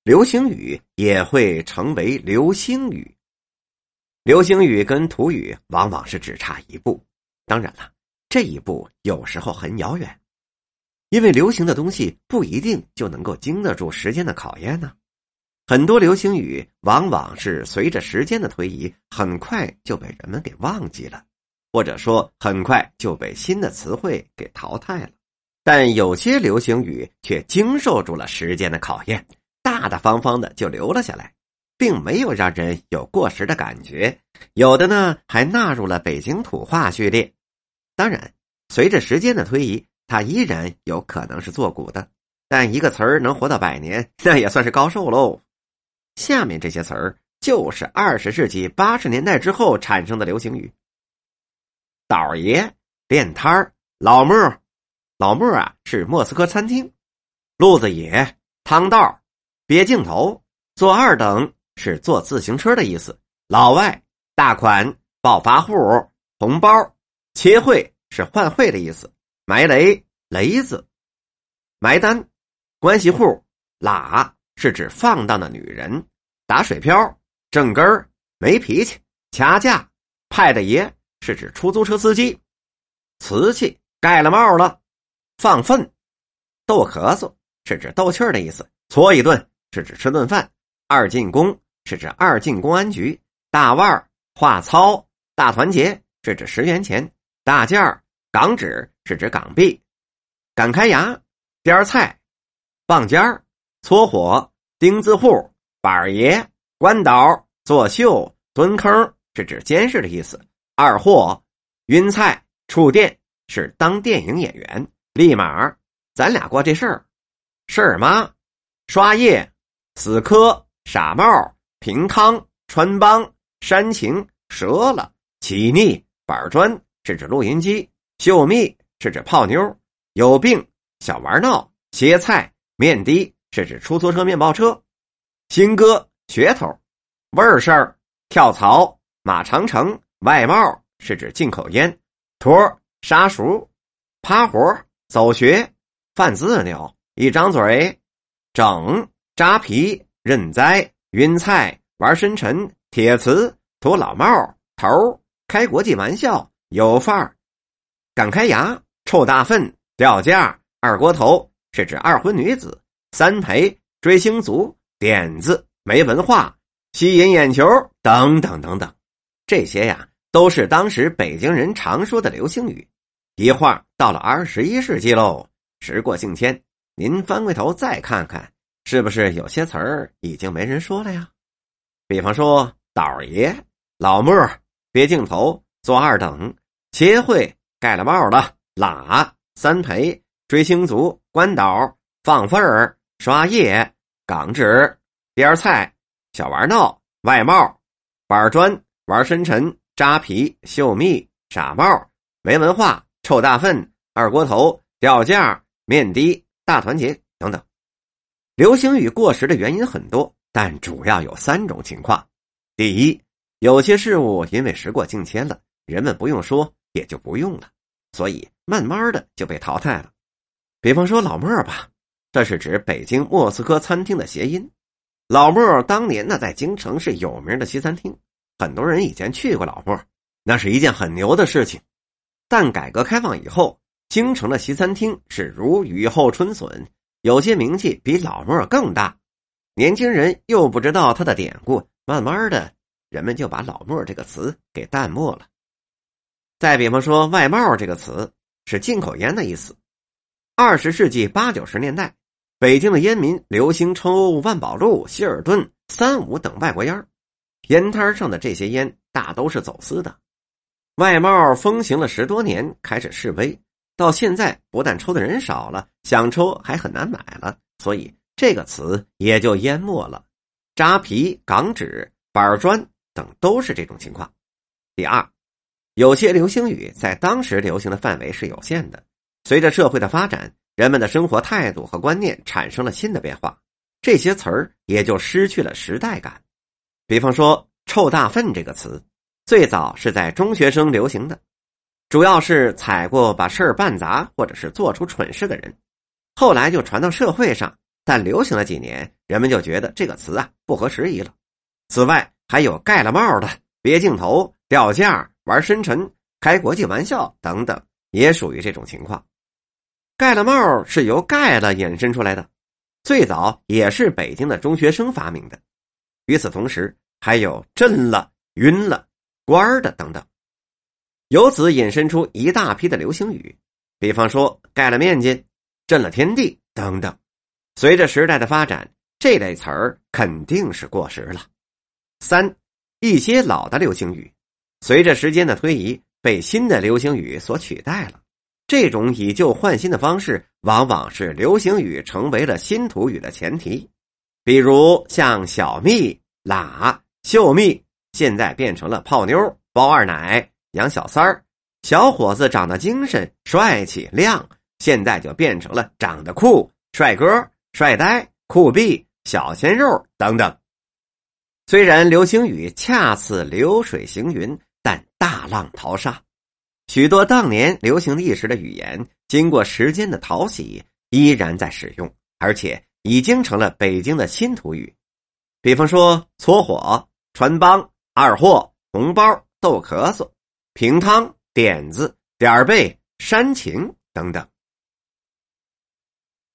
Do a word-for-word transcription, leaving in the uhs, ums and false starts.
流行语也会成为流星语。流行语跟土语往往是只差一步，当然了，这一步有时候很遥远，因为流行的东西不一定就能够经得住时间的考验呢。很多流行语往往是随着时间的推移，很快就被人们给忘记了，或者说很快就被新的词汇给淘汰了。但有些流行语却经受住了时间的考验，大大方方的就留了下来，并没有让人有过时的感觉，有的呢还纳入了北京土话序列。当然，随着时间的推移，它依然有可能是作古的，但一个词儿能活到百年，那也算是高寿喽。下面这些词儿就是二十世纪八十年代之后产生的流行语。倒爷、练摊儿、老莫，老莫啊是莫斯科餐厅，路子野、汤道、别镜头、坐二等是坐自行车的意思，老外、大款、暴发户、红包、切会是换汇的意思，埋雷、雷子、埋单、关系户、喇是指放荡的女人，打水漂、正根儿、没脾气、掐架、派的爷是指出租车司机，瓷器、盖了帽了、放粪、逗咳嗽是指斗气儿的意思，搓一顿是指吃顿饭，二进宫是指二进公安局，大腕儿、话糙、大团结是指十元钱，大件儿、港纸是指港币，赶开牙、边菜、棒尖儿、搓火、钉子户、板爷、关岛、作秀、蹲坑是指监视的意思，二货、晕菜、触电是当电影演员，立马、咱俩过这事儿、事儿妈、刷夜、死磕、傻帽、平汤、穿帮、煽情、折了、起腻、板砖是指录音机，秀蜜是指泡妞，有病、小玩闹、歇菜、面的是指出租车面包车，新歌、噱头、味儿事儿、跳槽、马长城、外贸是指进口烟，托、杀熟、趴活、走穴、犯自扭、一张嘴、整、扎皮、认栽、晕菜、玩深沉、铁瓷、土老帽、头、开国际玩笑、有范儿、敢开牙、臭大粪、掉价、二锅头是指二婚女子，三陪、追星族、点子、没文化、吸引眼球等等等等，这些呀都是当时北京人常说的流行语。一晃到了二十一世纪喽，时过境迁，您翻回头再看看，是不是有些词儿已经没人说了呀？比方说倒爷、老莫、别镜头、坐二等、切会、盖了帽了、喇、三陪、追星族、关岛、放份儿、刷夜、港纸、边菜、小玩闹、外贸、板砖、玩深沉、扎皮、秀蜜、傻帽、没文化、臭大粪、二锅头、掉价、面的、大团结等等。流行语过时的原因很多，但主要有三种情况。第一，有些事物因为时过境迁了，人们不用说也就不用了，所以慢慢的就被淘汰了。比方说老莫吧，这是指北京莫斯科餐厅的谐音。老莫当年呢在京城是有名的西餐厅，很多人以前去过老莫，那是一件很牛的事情。但改革开放以后，京城的西餐厅是如雨后春笋，有些名气比老莫更大，年轻人又不知道它的典故，慢慢的人们就把老莫这个词给淡漠了。再比方说外贸这个词是进口烟的意思。二十世纪八九十年代，北京的烟民流行抽万宝路、希尔顿、三五等外国烟，烟摊上的这些烟大都是走私的。外贸风行了十多年，开始式微，到现在不但抽的人少了，想抽还很难买了，所以这个词也就淹没了。扎皮、港纸、板砖等都是这种情况。第二，有些流行语在当时流行的范围是有限的，随着社会的发展，人们的生活态度和观念产生了新的变化，这些词儿也就失去了时代感。比方说臭大粪这个词，最早是在中学生流行的，主要是踩过把事儿办砸或者是做出蠢事的人，后来就传到社会上， 但流行了几年，人们就觉得这个词啊不合时宜了。此外，还有盖了帽的、别镜头、掉价、玩深沉、开国际玩笑等等，也属于这种情况。盖了帽是由盖了衍生出来的，最早也是北京的中学生发明的。与此同时，还有震了、晕了、官的等等，由此引申出一大批的流行语，比方说盖了面筋、震了天地等等。随着时代的发展，这类词儿肯定是过时了。三，一些老的流行语，随着时间的推移，被新的流行语所取代了。这种以旧换新的方式，往往是流行语成为了新土语的前提。比如像小蜜、喇、秀蜜，现在变成了泡妞、包二奶、养小三儿。小伙子长得精神、帅气、亮，现在就变成了长得酷、帅哥、帅呆、酷毙、小鲜肉等等。虽然流行语恰似流水行云，但大浪淘沙，许多当年流行一时的语言，经过时间的淘洗，依然在使用，而且已经成了北京的新土语。比方说搓火、穿帮、二货、红包、逗咳嗽、平汤、点子、点儿背、煽情等等。